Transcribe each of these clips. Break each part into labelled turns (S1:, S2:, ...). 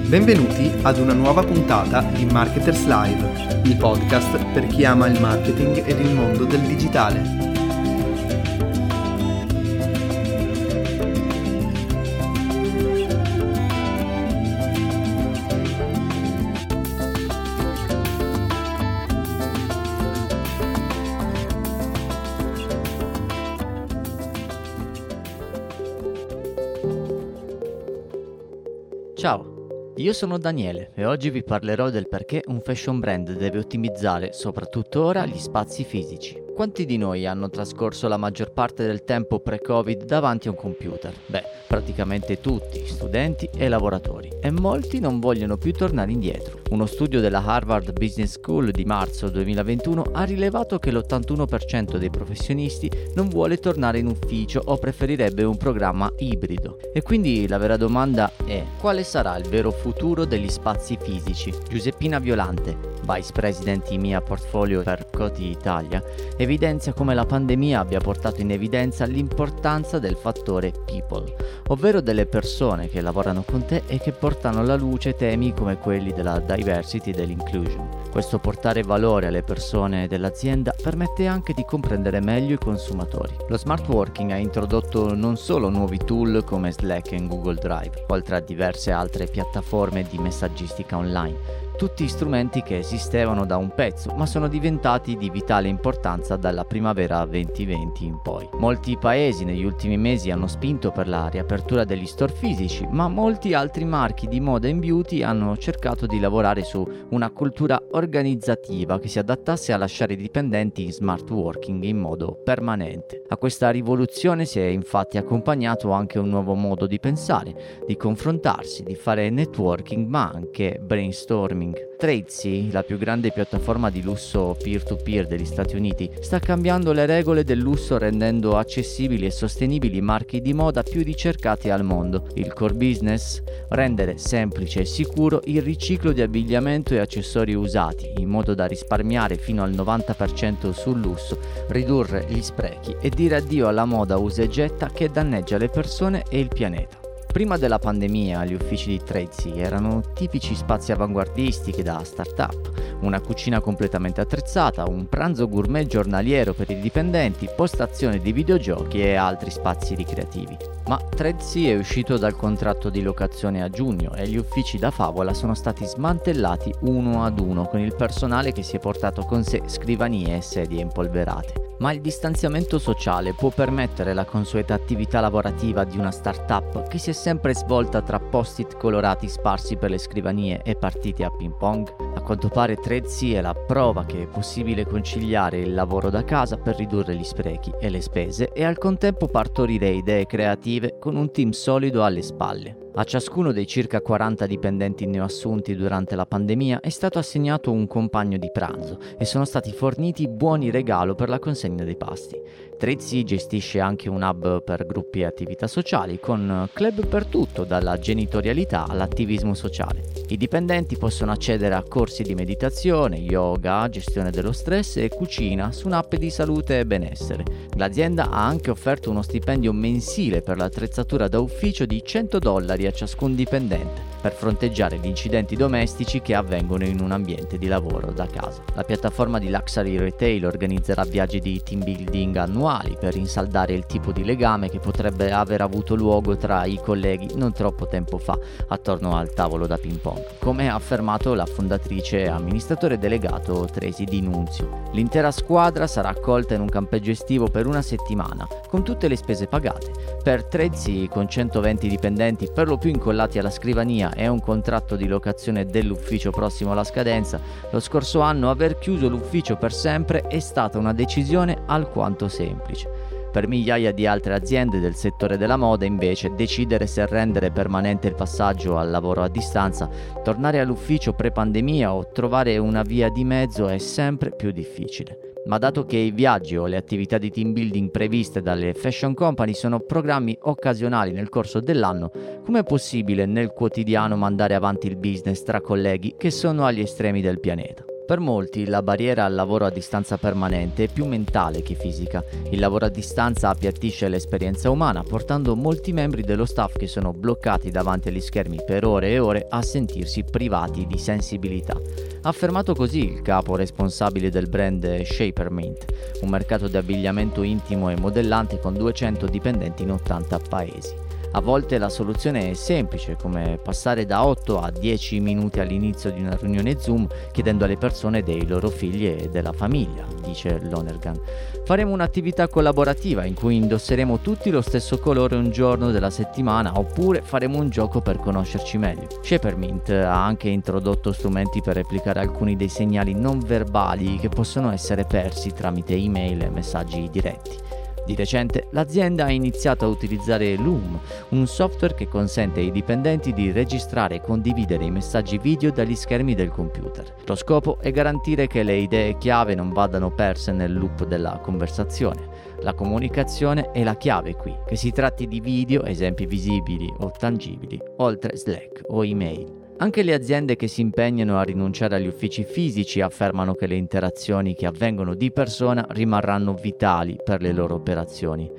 S1: Benvenuti ad una nuova puntata di Marketers Live, il podcast per chi ama il marketing ed il mondo del digitale.
S2: Ciao, io sono Daniele e oggi vi parlerò del perché un fashion brand deve ottimizzare, soprattutto ora, gli spazi fisici. Quanti di noi hanno trascorso la maggior parte del tempo pre-Covid davanti a un computer? Beh, praticamente tutti, studenti e lavoratori. E molti non vogliono più tornare indietro. Uno studio della Harvard Business School di marzo 2021 ha rilevato che l'81% dei professionisti non vuole tornare in ufficio o preferirebbe un programma ibrido. E quindi la vera domanda è: quale sarà il vero futuro degli spazi fisici? Giuseppina Violante, Vice President EMEA Portfolio per Coty Italia, evidenzia come la pandemia abbia portato in evidenza l'importanza del fattore people, ovvero delle persone che lavorano con te e che portano alla luce temi come quelli della diversity e dell'inclusion. Questo portare valore alle persone dell'azienda permette anche di comprendere meglio i consumatori. Lo smart working ha introdotto non solo nuovi tool come Slack e Google Drive, oltre a diverse altre piattaforme di messaggistica online. Tutti strumenti che esistevano da un pezzo, ma sono diventati di vitale importanza dalla primavera 2020 in poi. Molti paesi negli ultimi mesi hanno spinto per la riapertura degli store fisici, ma molti altri marchi di moda e beauty hanno cercato di lavorare su una cultura organizzativa che si adattasse a lasciare i dipendenti in smart working in modo permanente. A questa rivoluzione si è infatti accompagnato anche un nuovo modo di pensare, di confrontarsi, di fare networking, ma anche brainstorming. Tradesy, la più grande piattaforma di lusso peer-to-peer degli Stati Uniti, sta cambiando le regole del lusso rendendo accessibili e sostenibili i marchi di moda più ricercati al mondo. Il core business? Rendere semplice e sicuro il riciclo di abbigliamento e accessori usati, in modo da risparmiare fino al 90% sul lusso, ridurre gli sprechi e dire addio alla moda usa e getta che danneggia le persone e il pianeta. Prima della pandemia gli uffici di Tradesy erano tipici spazi avanguardistici da startup, una cucina completamente attrezzata, un pranzo gourmet giornaliero per i dipendenti, postazioni di videogiochi e altri spazi ricreativi. Ma Tradesy è uscito dal contratto di locazione a giugno e gli uffici da favola sono stati smantellati uno ad uno, con il personale che si è portato con sé scrivanie e sedie impolverate. Ma il distanziamento sociale può permettere la consueta attività lavorativa di una startup che si è sempre svolta tra post-it colorati sparsi per le scrivanie e partite a ping pong? A quanto pare Tradesy è la prova che è possibile conciliare il lavoro da casa per ridurre gli sprechi e le spese e al contempo partorire idee creative con un team solido alle spalle. A ciascuno dei circa 40 dipendenti neoassunti durante la pandemia è stato assegnato un compagno di pranzo e sono stati forniti buoni regalo per la consegna dei pasti. Tradesy gestisce anche un hub per gruppi e attività sociali con club per tutto, dalla genitorialità all'attivismo sociale. I dipendenti possono accedere a corsi di meditazione, yoga, gestione dello stress e cucina su un'app di salute e benessere. L'azienda ha anche offerto uno stipendio mensile per l'attrezzatura da ufficio di $100 a ciascun dipendente per fronteggiare gli incidenti domestici che avvengono in un ambiente di lavoro da casa. La piattaforma di luxury retail organizzerà viaggi di team building annuali per rinsaldare il tipo di legame che potrebbe aver avuto luogo tra i colleghi non troppo tempo fa attorno al tavolo da ping pong, come ha affermato la fondatrice e amministratore delegato Tracy Di Nunzio. L'intera squadra sarà accolta in un campeggio estivo per una settimana, con tutte le spese pagate. Per Tradesy, con 120 dipendenti per lo più incollati alla scrivania e un contratto di locazione dell'ufficio prossimo alla scadenza, lo scorso anno aver chiuso l'ufficio per sempre è stata una decisione alquanto semplice. Per migliaia di altre aziende del settore della moda, invece, decidere se rendere permanente il passaggio al lavoro a distanza, tornare all'ufficio pre-pandemia o trovare una via di mezzo è sempre più difficile. Ma dato che i viaggi o le attività di team building previste dalle fashion company sono programmi occasionali nel corso dell'anno, com'è possibile nel quotidiano mandare avanti il business tra colleghi che sono agli estremi del pianeta? Per molti la barriera al lavoro a distanza permanente è più mentale che fisica. Il lavoro a distanza appiattisce l'esperienza umana, portando molti membri dello staff che sono bloccati davanti agli schermi per ore e ore a sentirsi privati di sensibilità. Ha affermato così il capo responsabile del brand Shapermint, un mercato di abbigliamento intimo e modellante con 200 dipendenti in 80 paesi. A volte la soluzione è semplice, come passare da 8 a 10 minuti all'inizio di una riunione Zoom chiedendo alle persone dei loro figli e della famiglia, dice Lonergan. Faremo un'attività collaborativa in cui indosseremo tutti lo stesso colore un giorno della settimana, oppure faremo un gioco per conoscerci meglio. Shapermint ha anche introdotto strumenti per replicare alcuni dei segnali non verbali che possono essere persi tramite email e messaggi diretti. Di recente l'azienda ha iniziato a utilizzare Loom, un software che consente ai dipendenti di registrare e condividere i messaggi video dagli schermi del computer. Lo scopo è garantire che le idee chiave non vadano perse nel loop della conversazione. La comunicazione è la chiave qui, che si tratti di video, esempi visibili o tangibili, oltre Slack o email. Anche le aziende che si impegnano a rinunciare agli uffici fisici affermano che le interazioni che avvengono di persona rimarranno vitali per le loro operazioni.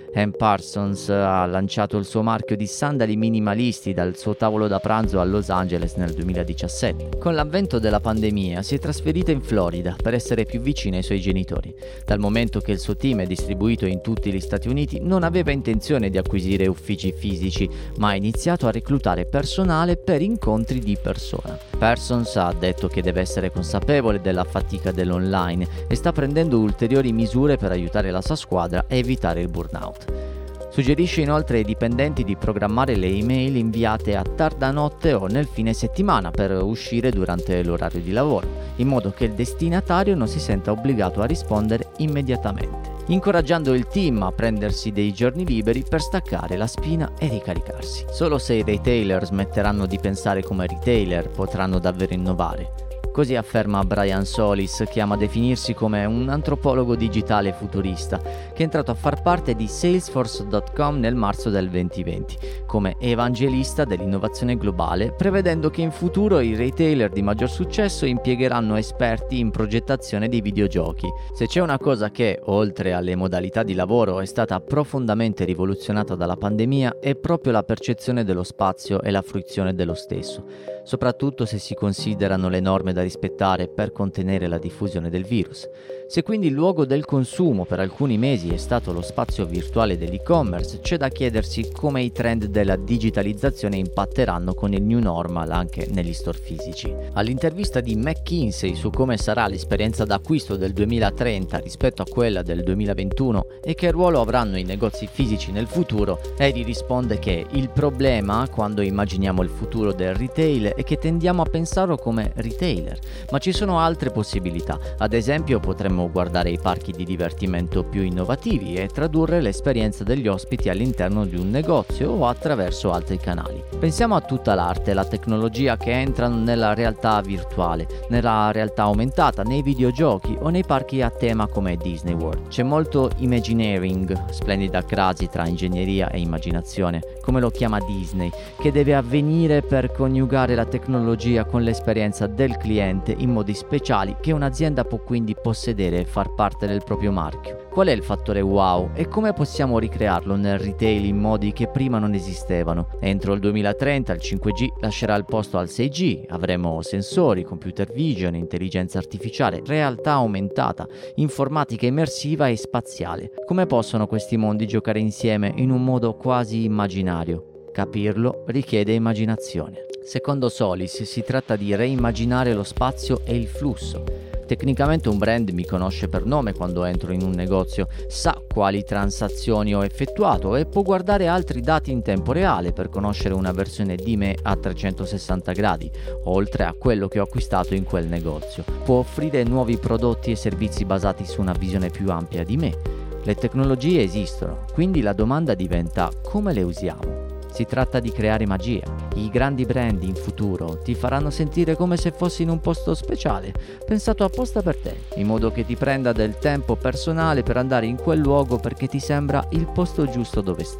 S2: Parsons ha lanciato il suo marchio di sandali minimalisti dal suo tavolo da pranzo a Los Angeles nel 2017. Con l'avvento della pandemia si è trasferita in Florida per essere più vicina ai suoi genitori. Dal momento che il suo team è distribuito in tutti gli Stati Uniti, non aveva intenzione di acquisire uffici fisici, ma ha iniziato a reclutare personale per incontri di persona. Parsons ha detto che deve essere consapevole della fatica dell'online e sta prendendo ulteriori misure per aiutare la sua squadra a evitare il burnout. Suggerisce inoltre ai dipendenti di programmare le email inviate a tarda notte o nel fine settimana per uscire durante l'orario di lavoro, in modo che il destinatario non si senta obbligato a rispondere immediatamente, incoraggiando il team a prendersi dei giorni liberi per staccare la spina e ricaricarsi. Solo se i retailer smetteranno di pensare come retailer potranno davvero innovare. Così afferma Brian Solis, che ama definirsi come un antropologo digitale futurista, che è entrato a far parte di Salesforce.com nel marzo del 2020, come evangelista dell'innovazione globale, prevedendo che in futuro i retailer di maggior successo impiegheranno esperti in progettazione di videogiochi. Se c'è una cosa che, oltre alle modalità di lavoro, è stata profondamente rivoluzionata dalla pandemia, è proprio la percezione dello spazio e la fruizione dello stesso, soprattutto se si considerano le norme da rispettare per contenere la diffusione del virus. Se quindi il luogo del consumo per alcuni mesi è stato lo spazio virtuale dell'e-commerce, c'è da chiedersi come i trend della digitalizzazione impatteranno con il new normal anche negli store fisici. All'intervista di McKinsey su come sarà l'esperienza d'acquisto del 2030 rispetto a quella del 2021 e che ruolo avranno i negozi fisici nel futuro, Eri risponde che il problema quando immaginiamo il futuro del retail è che tendiamo a pensarlo come retailer, ma ci sono altre possibilità. Ad esempio potremmo guardare i parchi di divertimento più innovativi e tradurre l'esperienza degli ospiti all'interno di un negozio o attraverso altri canali. Pensiamo a tutta l'arte e la tecnologia che entrano nella realtà virtuale, nella realtà aumentata, nei videogiochi o nei parchi a tema come Disney World. C'è molto Imagineering, splendida crasi tra ingegneria e immaginazione, come lo chiama Disney, che deve avvenire per coniugare la tecnologia con l'esperienza del cliente in modi speciali che un'azienda può quindi possedere e far parte del proprio marchio. Qual è il fattore wow e come possiamo ricrearlo nel retail in modi che prima non esistevano? Entro il 2030 il 5G lascerà il posto al 6G, avremo sensori, computer vision, intelligenza artificiale, realtà aumentata, informatica immersiva e spaziale. Come possono questi mondi giocare insieme in un modo quasi immaginario? Capirlo richiede immaginazione. Secondo Solis si tratta di reimmaginare lo spazio e il flusso. Tecnicamente un brand mi conosce per nome quando entro in un negozio, sa quali transazioni ho effettuato e può guardare altri dati in tempo reale per conoscere una versione di me a 360 gradi, oltre a quello che ho acquistato in quel negozio. Può offrire nuovi prodotti e servizi basati su una visione più ampia di me. Le tecnologie esistono, quindi la domanda diventa: come le usiamo? Si tratta di creare magia. I grandi brand in futuro ti faranno sentire come se fossi in un posto speciale, pensato apposta per te, in modo che ti prenda del tempo personale per andare in quel luogo perché ti sembra il posto giusto dove stare.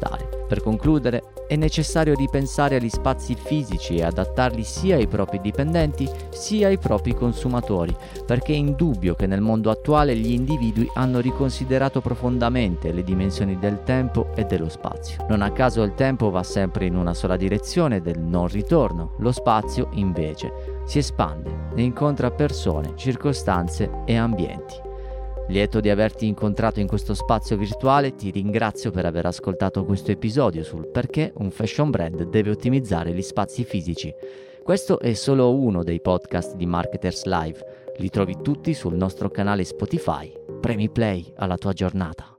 S2: Per concludere, è necessario ripensare agli spazi fisici e adattarli sia ai propri dipendenti sia ai propri consumatori, perché è indubbio che nel mondo attuale gli individui hanno riconsiderato profondamente le dimensioni del tempo e dello spazio. Non a caso il tempo va sempre in una sola direzione del non ritorno, lo spazio invece si espande e incontra persone, circostanze e ambienti. Lieto di averti incontrato in questo spazio virtuale, ti ringrazio per aver ascoltato questo episodio sul perché un fashion brand deve ottimizzare gli spazi fisici. Questo è solo uno dei podcast di Marketers Live, li trovi tutti sul nostro canale Spotify. Premi play alla tua giornata.